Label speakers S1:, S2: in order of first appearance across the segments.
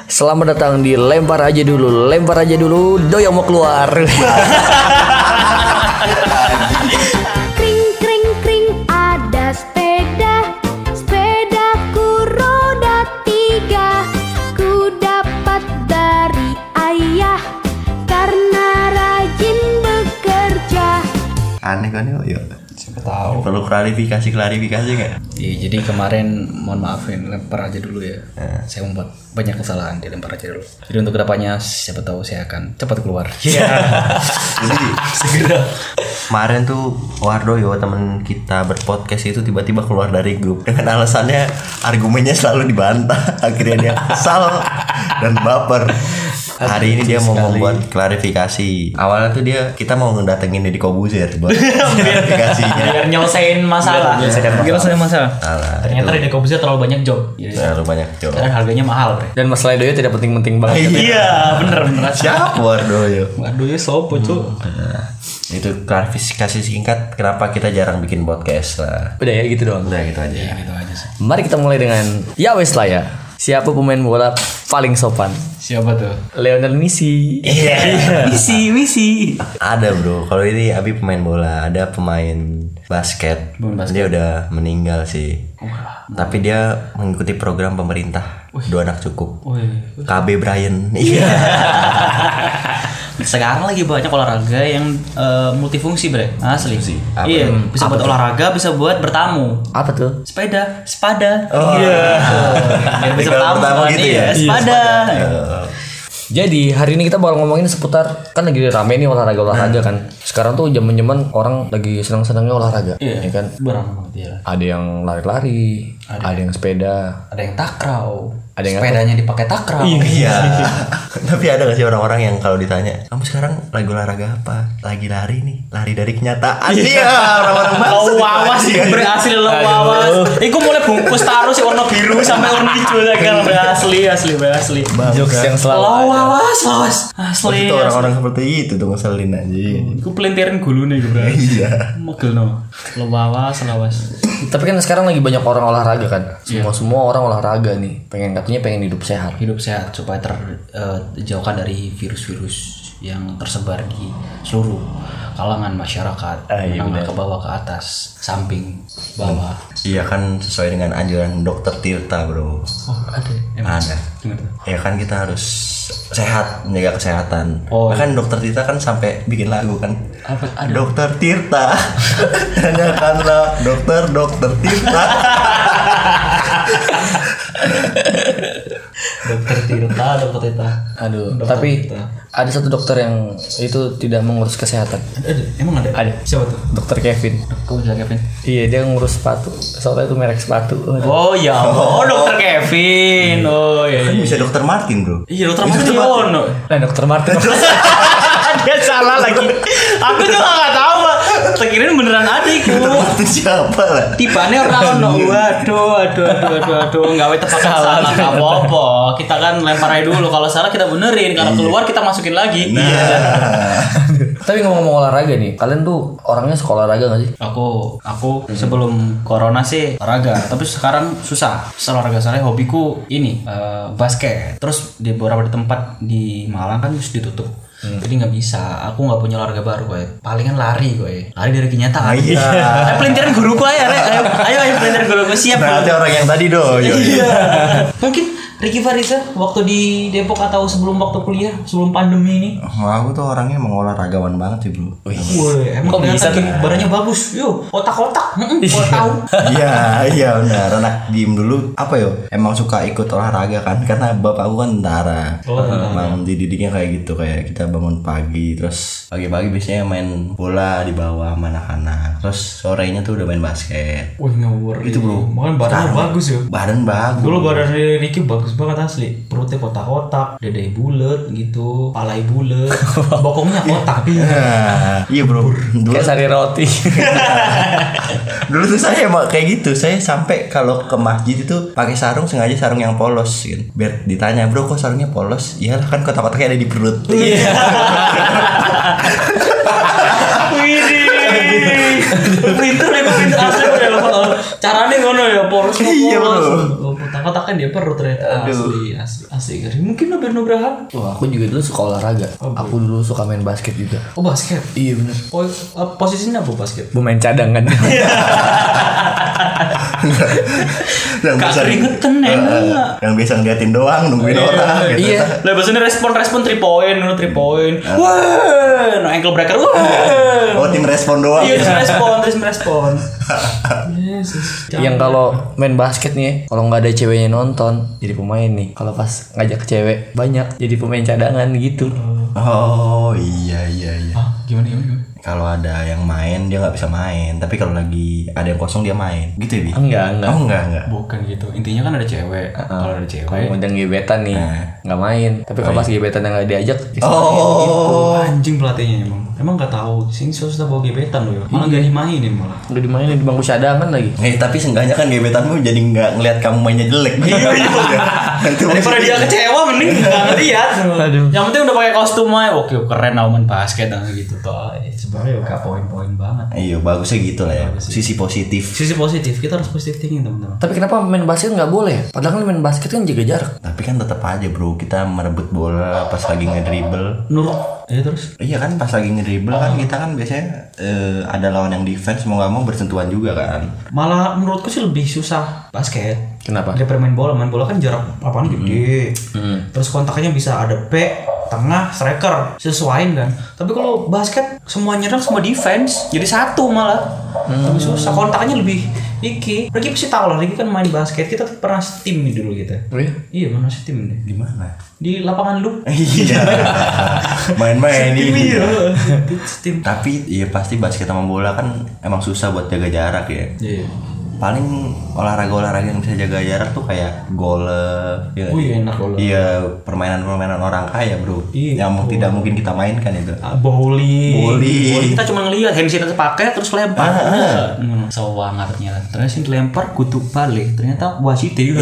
S1: Selamat datang di Lempar Aja Dulu. Lempar aja dulu, Doyong mau keluar.
S2: Kring kring kring ada sepeda, sepedaku roda 3. Ku dapat dari ayah karena rajin bekerja.
S3: Aneh kan ya?
S4: Siapa tahu.
S3: Perlu klarifikasi nggak?
S4: Iya, jadi kemarin mohon maafin Lempar Aja Dulu ya. Saya membuat banyak kesalahan di Lempar Aja Dulu. Jadi untuk kedepannya siapa tahu saya akan cepat keluar.
S3: Iya. Jadi segera. Kemarin tuh Wardoyo teman kita berpodcast itu tiba-tiba keluar dari grup dengan alasannya argumennya selalu dibantah. Akhirnya dia kesal dan baper. Hari ini dia mau membuat klarifikasi. Awalnya tuh kita mau ngedatengin Deddy Kobuzer buat klarifikasinya.
S5: Biar nyelesain masalah.
S4: Nyelesain masalah.
S5: Ternyata Deddy Kobuzer terlalu banyak job.
S3: Terlalu banyak job.
S5: Karena harganya mahal, Bre.
S1: Dan masalah Doyo tidak penting-penting banget.
S5: Iya, bener.
S3: Siapa Wardoyo?
S5: Waduh, ya sopo, Cuk.
S3: Itu klarifikasi singkat kenapa kita jarang bikin podcast lah.
S1: Udah ya gitu doang.
S3: Udah gitu aja.
S5: Ya, gitu aja sih.
S1: Mari kita mulai dengan ya wes lah ya. Siapa pemain bola paling sopan?
S5: Siapa tuh?
S1: Lionel Messi.
S3: Iya.
S5: Misi.
S3: Ada bro, kalau ini Abi pemain bola, ada pemain basket. Dia udah meninggal sih. Tapi dia mengikuti program pemerintah. 2 anak cukup. KB Brian. Iya.
S5: Sekarang lagi banyak olahraga yang multifungsi, Bre. Asli.
S3: Apa
S5: Iya,
S3: tuh?
S5: bisa buat olahraga, bisa buat bertamu.
S1: Apa tuh?
S5: Sepada.
S3: Oh iya.
S5: Biar bisa
S3: Tinggal
S5: bertamu
S3: gitu
S5: iya,
S3: ya.
S5: sepada.
S1: Jadi hari ini kita bakal ngomongin seputar, kan lagi rame nih olahraga kan. Sekarang tuh zaman-zaman orang lagi senang-senangnya olahraga, ya kan?
S5: Berapa banget ya?
S1: Ada yang lari-lari, ada yang sepeda,
S5: Ada yang takraw.
S1: Ada yang
S5: sepedanya dipakai takraw.
S3: Iya. Tapi ada gak sih orang-orang yang kalau ditanya, kamu sekarang lagi olahraga apa? Lagi lari nih, lari dari kenyataan. Iya, orang-orang
S5: Lo wawas sih, berasli lo wawas. Iku mulai bungkus taruh si warna biru sampai warna hijau kan asli.
S1: jokes yang selalu
S5: Lo
S1: ada.
S5: wawas. Asli.
S3: Itu orang-orang seperti itu tuh ngeselin aja.
S5: Iku pelintiran gulune iku, Bro.
S3: Iya.
S5: Mogel no. Lo wawas.
S1: Tapi kan sekarang lagi banyak orang olahraga kan. Semua orang olahraga nih. Katanya pengen hidup sehat.
S5: Hidup sehat supaya terjauhkan dari virus-virus yang tersebar di seluruh kalangan masyarakat.
S1: Iya,
S5: menengah ke bawah, ke atas, samping, bawah.
S3: Iya kan sesuai dengan anjuran Dokter Tirta bro.
S5: Oh, ada.
S3: Ada. Ya kan kita harus sehat, menjaga kesehatan.
S5: Oh,
S3: Bahkan Dokter Tirta kan sampai bikin lagu kan.
S5: Apa? Ada.
S3: Dokter Tirta, tanyakanlah dokter Tirta.
S5: Dokter Tirta.
S1: Aduh,
S5: Dokter
S1: tapi
S5: Tirta.
S1: ada satu dokter yang itu tidak mengurus kesehatan.
S5: Emang ada?
S1: Ada.
S5: Siapa tuh?
S1: Dokter Kevin.
S5: Kok bisa Kevin?
S1: Iya, dia ngurus sepatu. Soalnya itu merek sepatu. Aduh.
S5: Oh ya, Dokter Kevin. Oh iya.
S3: Kan bisa Dokter Martin bro.
S5: Iya, Dokter Martin. Ono.
S1: Nah, Dokter Martin.
S5: Dia salah lagi. Aku juga enggak tahu, Pak. Terkirain beneran ada iku.
S3: Itu siapa lah?
S5: Tibane ora ono. Waduh. Gawe tepakan salah enggak apa-apa. Kita kan lempar aja dulu. Kalau salah kita benerin, kalau keluar kita masukin lagi.
S3: Iya.
S1: Tapi ngomong-ngomong olahraga nih, kalian tuh orangnya suka olahraga gak sih?
S5: Aku sebelum corona sih olahraga, tapi sekarang susah. Olahraga soalnya hobiku ini basket. Terus di beberapa tempat di Malang kan harus ditutup. Jadi nggak bisa. Aku nggak punya olahraga baru gue. Palingan lari gue. Lari dari kenyataan.
S3: Iya.
S5: Ayo pelintiran guruku ayo pelintiran guruku siap.
S3: Nah, ada orang yang tadi doh.
S5: Iya. Mungkin Ricky Farisa waktu di Depok atau sebelum waktu kuliah, sebelum pandemi ini.
S3: Aku tuh orangnya emang olahragawan banget sih bro.
S5: Woi, emang
S1: Kok bisa
S5: kelihatan
S1: tuh?
S5: badannya bagus. Yuk, otak-otak. Kau tahu.
S3: Iya benar. Anak diem dulu apa yo? Emang suka ikut olahraga kan? Karena bapakku kan tentara. Emang dididiknya kayak gitu, kayak kita bangun pagi, terus pagi-pagi biasanya main bola di bawah sama anak-anak. Terus sorenya tuh udah main basket.
S5: Wih, ngawur.
S3: Itu bro.
S5: Makanya badannya bagus ya.
S3: Badan bagus.
S5: Dulu badan Ricky bagus banget asli. Perutnya kotak-kotak, dadanya bulet gitu, palai bulet, bokongnya kotak.
S3: Iya bro. Dulu
S1: Kayak sari roti.
S3: Dulu tuh saya emang kayak gitu. Saya sampai kalau ke masjid itu pakai sarung, sengaja sarung yang polos kan. Biar ditanya, "Bro, kok sarungnya polos?" Iyalah kan kotak-kotaknya ada di perut.
S5: Iya. Widih. Pinter asli. Caranya ngono ya, polos.
S3: Iya, bro.
S5: kotak-kotakan dia perut ternyata. Asli keren. Mungkin Nabil Nugraha.
S1: Wah, aku juga dulu suka olahraga. Aku dulu suka main basket juga.
S5: Oh basket.
S1: Iya bener.
S5: Posisinya apa basket?
S1: Pemain cadangan.
S3: Yang
S5: Gak
S3: biasa
S5: keringetan enak.
S3: yang biasa ngeliatin doang nungguin orang gitu.
S1: Iya.
S5: Lah biasanya respon 3 point, 3 point. Wah, no ankle breaker. Wah.
S3: Oh, tim respon doang.
S5: Iya, terus merespon. Yesus.
S1: Yang kalau main basket nih, kalau nggak ada ceweknya nonton, jadi pemain nih. Kalau pas ngajak cewek banyak, jadi pemain cadangan gitu.
S3: Oh, iya.
S5: Gimana?
S3: Kalau ada yang main dia nggak bisa main, tapi kalau lagi ada yang kosong dia main. Gitu ya, Bi?
S1: Enggak.
S3: Oh, enggak.
S5: Bukan gitu. Intinya kan ada cewek. Kalau ada cewek.
S1: Kalau udah gebetan nih, nggak main. Tapi kalau pas gebetan yang nggak diajak,
S3: Oh,
S5: Anjing pelatihnya emang nggak tahu. Sing sudah bawa gebetan loh. Malah gak dimainin malah.
S1: udah dimainin di bangku cadangan lagi.
S3: tapi seenggaknya kan gebetanmu jadi nggak ngelihat kamu mainnya jelek. Iya.
S5: Daripada dia kecewa mending nggak ngeliat.
S1: Aduh.
S5: Yang penting udah pakai kostum aja. Oke keren lah main basket dan gitu toh. Sebenarnya gak poin-poin banget.
S3: Iya, bagusnya gitu lah ya. Sisi positif.
S5: Sisi positif kita harus positif thinking teman-teman.
S1: Tapi kenapa main basket nggak boleh? Padahal kan main basket kan jaga jarak.
S3: Tapi kan tetap aja, Bro, kita merebut bola pas lagi ngedribble.
S5: Terus
S3: Iya kan, pas lagi ngedribble kan kita kan biasanya ada lawan yang defense, mau nggak mau bersentuhan juga kan.
S5: malah menurutku sih lebih susah basket.
S1: Kenapa?
S5: Daripada main bola kan jarak lapangan gede. Terus kontaknya bisa ada back, tengah, striker, sesuaiin kan. Tapi kalau basket semua nyerang semua defense, jadi satu malah. Lebih susah, kontaknya lebih Riki pasti tahu lah, Riki kan main basket. Kita tuh pernah tim nih dulu kita.
S1: Oh iya?
S5: Iya pernah tim nih.
S3: Di mana?
S5: Di lapangan loop.
S3: Iya. Main-main ini.
S5: Tim.
S3: Tapi ya pasti basket sama bola kan emang susah buat jaga jarak ya.
S5: Iya.
S3: Paling olahraga yang bisa jaga jarak tuh kayak golf ya.
S5: Oh iya, enak golf.
S3: Iya, permainan orang kaya, Bro.
S5: Iya,
S3: Yang tidak mungkin kita mainkan itu.
S5: Bowling kita cuma ngelihat hand sanitizer pakai terus lempar. Sewangarnya. Terus ini lempar kutu balik. Ternyata wasit juga.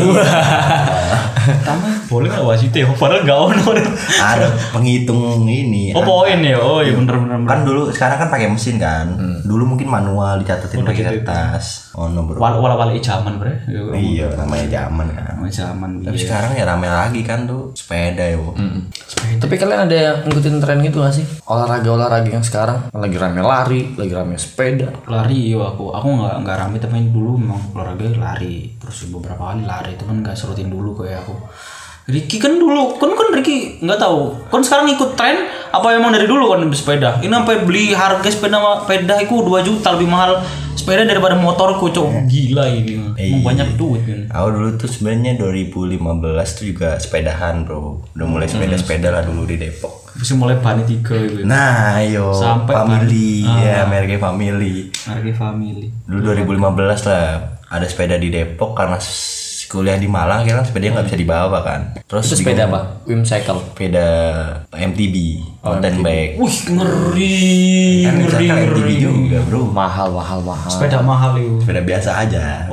S5: Pertama bowling ada wasit ya. Padahal enggak ono.
S3: Ada penghitung ini.
S5: Oh poin ya. Oh iya bener.
S3: Kan dulu sekarang kan pakai mesin kan. Dulu mungkin manual dicatatin pakai kertas. Oh no, Bro.
S5: Wala-wala zaman, Bre.
S3: Iya, namanya zaman kan.
S5: Zaman.
S3: Tapi sekarang ya rame lagi kan tuh sepeda ya, Bu.
S1: Tapi kalian ada yang ngikutin tren gitu gak sih? Olahraga yang sekarang lagi rame lari, lagi rame sepeda.
S5: Lari yo aku nggak rame, tapi dulu memang olahraga lari. Terus beberapa kali lari, teman nggak serutin dulu kayak aku. Ricky kan dulu kan Ricky nggak tahu kan sekarang ikut tren apa emang dari dulu kan sepeda ini sampai beli harga sepeda itu 2 juta lebih mahal sepeda daripada motorku cowok gila ini emang banyak duit kan.
S3: Aku dulu tuh sebenarnya 2015 tuh juga sepedahan, Bro. Udah mulai sepeda lah dulu di Depok.
S5: Terus mulai Bani 3 gitu.
S3: Nah, ayo
S5: Sampai
S3: family ya, merek family.
S5: Harga family.
S3: Dulu 2015 lah ada sepeda di Depok karena kuliah di Malang kan sepeda nggak bisa dibawa kan. Terus
S1: Itu sepeda apa? Wimcycle.
S3: Sepeda MTB, mountain bike.
S5: Wih ngeri.
S3: Kan misalkan MTB juga, Bro.
S1: Mahal.
S5: Sepeda mahal itu.
S3: Sepeda biasa aja.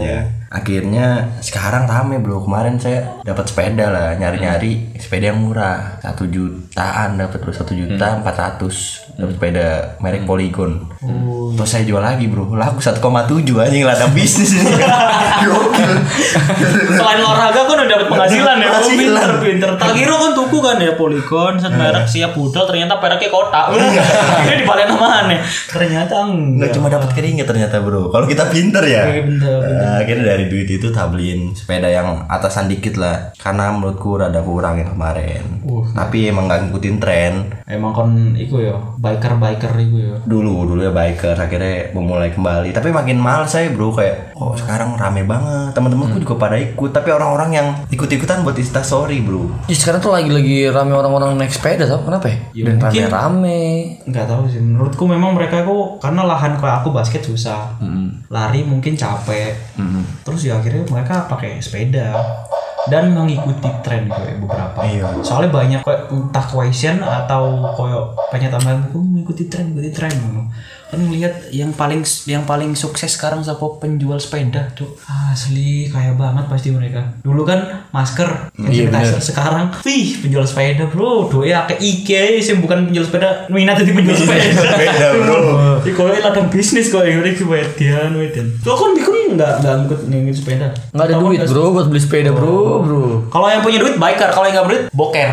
S3: Akhirnya sekarang rame, Bro. Kemarin saya dapat sepeda lah, nyari sepeda yang murah, 1 jutaan dapat, Bro. 1.400.000 dapat sepeda merek Polygon. Terus saya jual lagi, Bro. Laku 1,7 anjing, lada bisnis ini. Gokil.
S5: Selain olahraga kan udah dapat penghasilan ya. Pinter. Tak kira kan tuku kan ya Polygon, set merek siap budal ternyata mereknya kotak. Ini dibalik namanya. Ternyata
S3: Nggak cuma dapat keringet ternyata, Bro. Kalau kita pinter ya.
S5: Pinter.
S3: Akhirnya dari duit itu tak beliin sepeda yang atasan dikit lah. Karena menurutku rada kurang yang kemarin. Tapi emang nggak ngikutin tren.
S5: Emang kan iku ya, biker iku ya.
S3: Dulu ya biker, akhirnya memulai kembali. Tapi makin males saya, Bro, kayak sekarang rame banget. Teman-temanku juga pada ikut, tapi orang-orang yang ikut-ikutan buat instastory, Bro.
S1: Ya sekarang tuh lagi rame orang-orang naik sepeda, tau kenapa ya? Dan
S5: mungkin-
S1: rame-rame.
S5: Enggak tahu sih, menurutku memang mereka itu karena lahan kayak aku basket susah. Lari mungkin capek. Terus ya akhirnya mereka pakai sepeda dan mengikuti tren kayak beberapa.
S3: Iya.
S5: Soalnya banyak kayak entah question atau kayak banyak tambahan mengikuti tren. ngelihat yang paling sukses sekarang siapa penjual sepeda tuh. Asli kaya banget pasti mereka. Dulu kan masker, sanitizer, sekarang penjual sepeda bro. Doe akeh IG sing bukan penjual sepeda, minat jadi penjual sepeda.
S3: Sepeda bro.
S5: Iki koyo ladang bisnis koyo ngene iki wedian. Lo kan bikin enggak ngikut ngikut sepeda.
S1: Nggak ada duit bro buat beli sepeda bro.
S5: Kalau yang punya duit biker, kalau yang nggak berduit boker.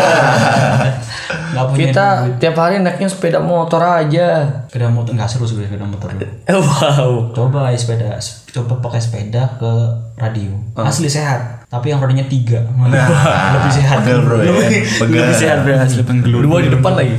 S5: Nggak punya
S1: Kita
S5: duit.
S1: tiap hari naiknya sepeda motor aja.
S5: Sepeda motor nggak seru sebenarnya sepeda motor.
S1: Wow.
S5: Coba pakai sepeda ke radio. Asli sehat. Tapi yang rodanya 3. Lebih sehat.
S3: Pegel bro ya.
S5: Lebih sehat bro, asli penggelur.
S1: 2 di depan lagi.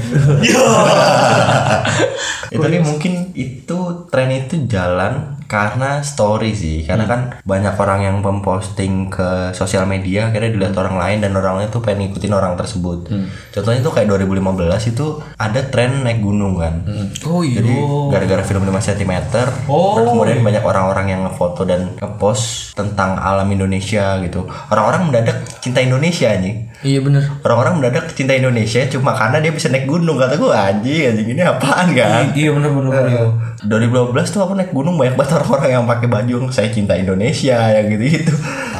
S3: Tapi mungkin itu tren itu jalan karena story sih, karena kan banyak orang yang memposting ke sosial media akhirnya dilihat orang lain dan orangnya tuh pengen ngikutin orang tersebut. Contohnya tuh kayak 2015 itu ada tren naik gunung kan.
S5: Oh iya.
S3: Jadi gara-gara film 5 cm terus kemudian banyak orang-orang yang ngefoto dan ngepost tentang alam Indonesia gitu. Orang-orang mendadak cinta Indonesia nih.
S1: Iya bener.
S3: Orang-orang mendadak cinta Indonesia cuma karena dia bisa naik gunung. Kata gue anjing ini apaan kan.
S5: Iya bener.
S3: 2012 tuh aku naik gunung banyak banget orang-orang yang pakai baju saya cinta Indonesia yang gitu-gitu.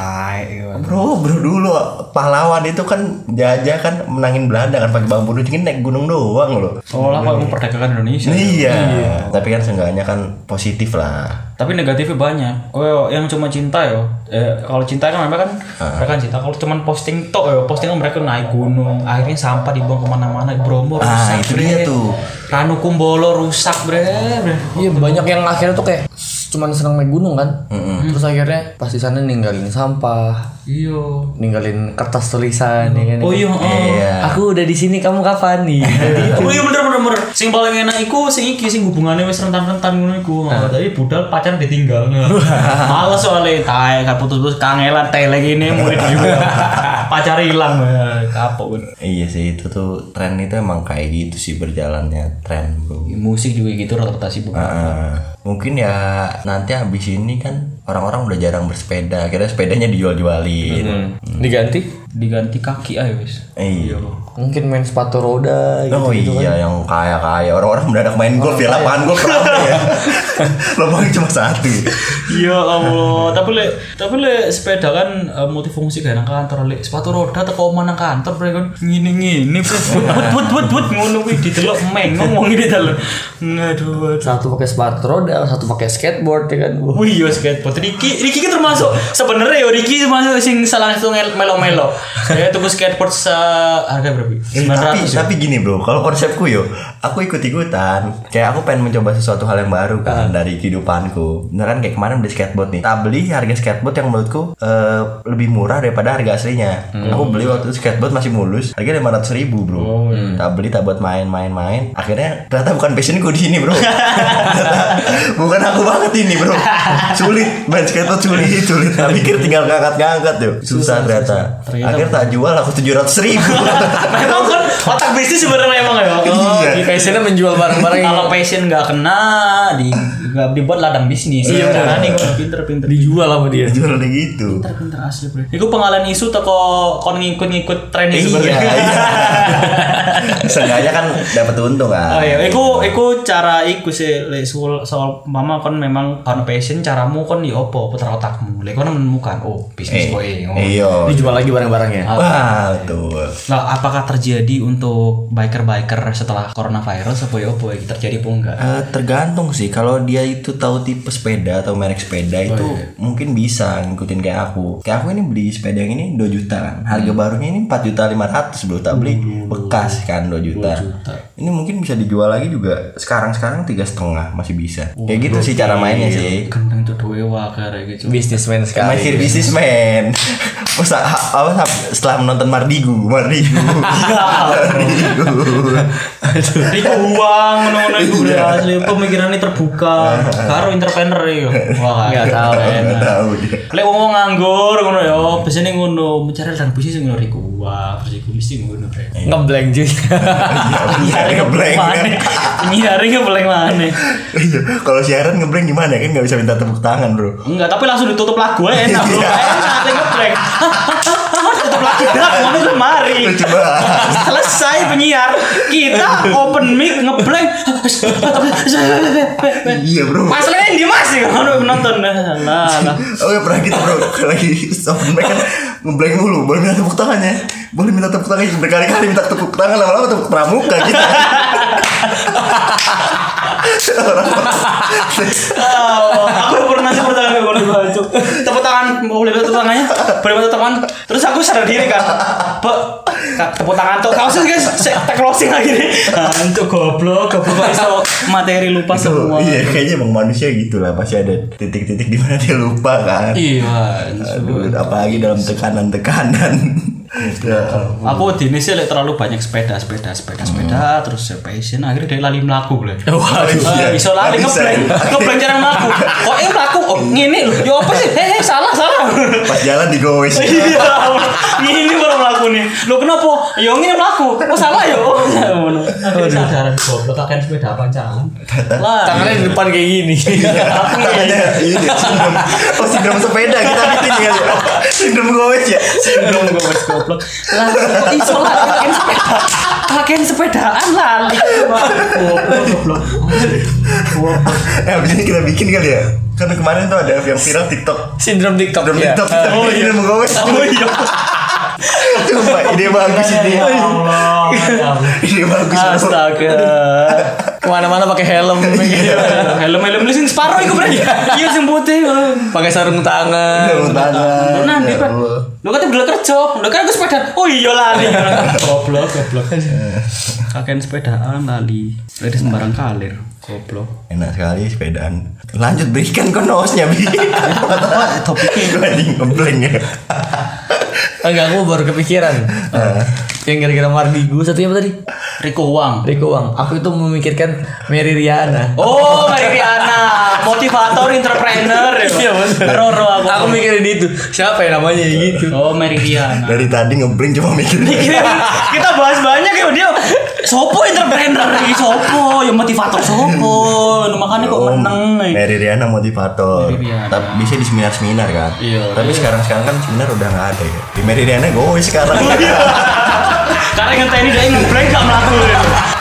S3: Bro dulu pahlawan itu kan jajah kan menangin Belanda kan pakai bambu runcing naik gunung doang loh.
S5: Seolah mau memperdagangkan Indonesia.
S3: Iya. Tapi kan seenggaknya kan positif lah.
S5: Tapi negatifnya banyak. Oh, yang cuma cinta yo. Kalau cinta kan mereka kan cinta. Kalau cuma posting tok yo, posting mereka naik gunung, akhirnya sampah dibuang kemana-mana, Bromo rusak.
S3: Itu dia tuh.
S5: Ranu Kumbolo rusak, bre.
S1: Iya banyak yang akhirnya tuh kayak cuman seneng naik gunung kan. Terus akhirnya pas di sana ninggalin sampah, ninggalin kertas tulisan ya kan.
S5: Oh iya.
S1: Aku udah di sini, kamu kapan nih?
S5: Oh iya bener. Sing paling enak iku sing hubungannya wis rentan-rentan ngono iku. Tapi budal pacar ditinggal. Males soalnya tae kan putus-putus kangelan tele gini murid juga. Pacar hilang kapok bener.
S3: Iya sih itu tuh tren itu emang kayak gitu sih berjalannya tren bro.
S5: Musik juga gitu rata-rata sibuk.
S3: Mungkin ya nanti habis ini kan orang-orang udah jarang bersepeda, akhirnya sepedanya dijual-jualin.
S5: Diganti kaki aja wis.
S3: Iya.
S1: Mungkin main sepatu roda gitu.
S3: Oh iya yang kaya-kaya orang-orang mendadak main golf ya, lapangan golf rame ya. Lapangan cuma satu.
S5: Ya Allah, tapi le sepeda kan multifungsi kayak nang kantor le. Sepatu roda teko omah nang kantor bre kan ngene-ngene but ngono kuwi didelok mengong wong iki dalu. Aduh.
S1: Satu pakai sepatu roda, satu pakai skateboard ya kan.
S5: Wih, yo skateboard. Ricky kan termasuk sebenarnya yo Ricky termasuk sing salah satu melo-melo. Ya tuku skateboard harga berapa? 900.
S3: Tapi gini bro, kalau konsepku yo, aku ikut-ikutan. Kayak aku pengen mencoba sesuatu hal yang baru kan dari kehidupanku. Nah kan kayak kemarin beli skateboard nih. Tak beli harga skateboard yang menurutku lebih murah daripada harga aslinya. Aku beli waktu itu skateboard masih mulus, harganya 500.000 bro. Tak beli tak buat main. Akhirnya ternyata bukan passionku di sini bro. Bukan aku banget ini bro. Sulit main skateboard sulit. Tak pikir tinggal ngangkat yuk. Susah ternyata. Akhirnya tak jual aku 700.000.
S5: Memang kan otak bisnis sebenarnya emang ya.
S3: Iya.
S1: Passionnya menjual barang-barang yang
S5: Kalau passion nggak kena dibuat ladang bisnis. Iya benar nih pinter.
S1: dijual sama dia.
S3: Jual kayak gitu.
S5: Pinter asli bro. Iku pengalaman isu teko kon ngikut tren
S3: Iya. Seenggaknya kan dapat untung kan.
S5: Oh iya, iku cara iku sih soal mama kon memang karena passion caramu kon ya opo putar otakmu. Lek kon menemukan bisnis kowe.
S3: Iya.
S1: Dijual lagi barang-barangnya.
S3: Wah, betul.
S5: Nah, apakah terjadi untuk biker setelah coronavirus apa ya opo terjadi apa enggak?
S3: Tergantung sih. Kalau dia itu tahu tipe sepeda atau merek sepeda itu mungkin bisa ngikutin kayak aku. Kayak aku ini beli sepeda yang ini 2 juta kan. Harga barunya ini 4.500.000 bro. Tak beli bekas kan 2 juta. Ini mungkin bisa dijual lagi juga sekarang 3,5 masih bisa. Kayak gitu sih cara mainnya sih.
S5: Gendeng tuh duwe kayak gitu.
S1: Bisnismen sekali.
S3: Masih bisnismen. Setelah menonton Mardigu.
S5: Riku uang ngono-ngono iku asli pemikirannya terbuka. Karo entrepreneur iku. Wah,
S1: Enggak tahu ya.
S3: Nggak tahu dia.
S5: Lek wong nganggur ngono ya, biasane ngono, mencari ladang bisnis ngono riku uang, terus iku mesti ngono bre.
S1: Ngeblank cuy.
S3: Iya, ngeblank.
S5: Nyari ngeblank mana?
S3: Iya, kalau siaran ngeblank gimana kan nggak bisa minta tepuk tangan bro.
S5: Enggak, tapi langsung ditutup lagu enak bro. Enak ngeblank. Tutup lagu dah, ngono mari.
S3: Lucu banget.
S5: selesai penyiar kita open mic ngeblank.
S3: Iya bro.
S5: Mas Len di mas ya nonton lah.
S3: Oke pernah gitu bro. Lagi open mic kan ngeblank mulu. Boleh minta tepuk tangannya. Berkali-kali minta tepuk tangan, lama-lama tepuk pramuka gitu.
S5: Aku pernah tepuk tangan kayak gitu. Tepuk tangan boleh tepuk tangannya, boleh tepuk tangan. Terus aku sadar diri kan, tepuk tangan tuh. Kau sih guys, tak closing lagi nih. Untuk goblok kok iso materi lupa semua.
S3: Iya kayaknya emang manusia gitulah, pasti ada titik-titik di mana dia lupa kan.
S5: Iya.
S3: Aduh, apalagi dalam tekanan-tekanan.
S5: Aku di Indonesia terlalu banyak sepeda terus passion akhirnya dia lali melaku boleh.
S3: Iya.
S5: Iso lali ngeblank jarang melaku. Kok melaku? Oh ngene lho. Ya apa sih? Salah.
S3: Pas jalan digowes.
S5: Iya. Ini baru melaku nih. Lo kenapa? Ya ngene melaku. Oh salah ya. Ngono.
S6: Kesadaran goblok akan sepeda pancalan.
S5: Lah.
S1: Tangannya di depan kayak gini.
S3: Makanya ini sindrom sepeda kita bikin ya. Sindrom gowes ya.
S5: Sindrom gowes goblok. Lah kok iso lali pakaian sepedaan lali. Goblok.
S3: Abis ini kita bikin kali ya. Karena kemarin tuh ada yang viral TikTok.
S1: Sindrom TikTok
S3: Sindrom
S1: ya.
S3: TikTok. Oh iya mau gowes.
S5: Oh iya.
S3: Coba ide bagus ini. Ide bagus.
S1: Astaga. Kemana-mana pakai helm.
S5: Helm sing Sparrow iku berarti. Iya sing putih.
S1: Pakai sarung tangan.
S5: Lu nanti Pak. Lu kan belum kerja. Lu kan aku sepeda. Oh iya lali. Goblok. Kakek sepedaan lali. Dari sembarang kalir. Goblok.
S3: Enak sekali sepedaan. Lanjut berikan konosnya bi.
S5: Topiknya
S3: Gue anjing ngeblank ya.
S1: Enggak, aku baru kepikiran. Yang gara-gara Mardigu satunya apa tadi?
S5: Riko Wang.
S1: Aku itu memikirkan Mary Riana.
S5: Oh, Mary Riana, motivator, entrepreneur.
S1: Iya benar.
S5: Roro aku.
S1: Aku mikirin itu. Siapa ya namanya gitu?
S5: Oh, Mary Riana.
S3: Dari tadi ngeblank cuma mikir.
S5: Kita bahas banyak ya dia. Sopo entrepreneur iki sopo, ya motivator sopo. Makanya kok meneng nih.
S3: Mary Riana motivator.
S5: Mary Riana.
S3: Tapi bisa di seminar-seminar kan.
S5: Iya.
S3: Tapi sekarang kan seminar udah nggak ada ya. Di Mary Riana gue sekarang.
S5: Karena ngenteni dia ngeblank gak mlaku.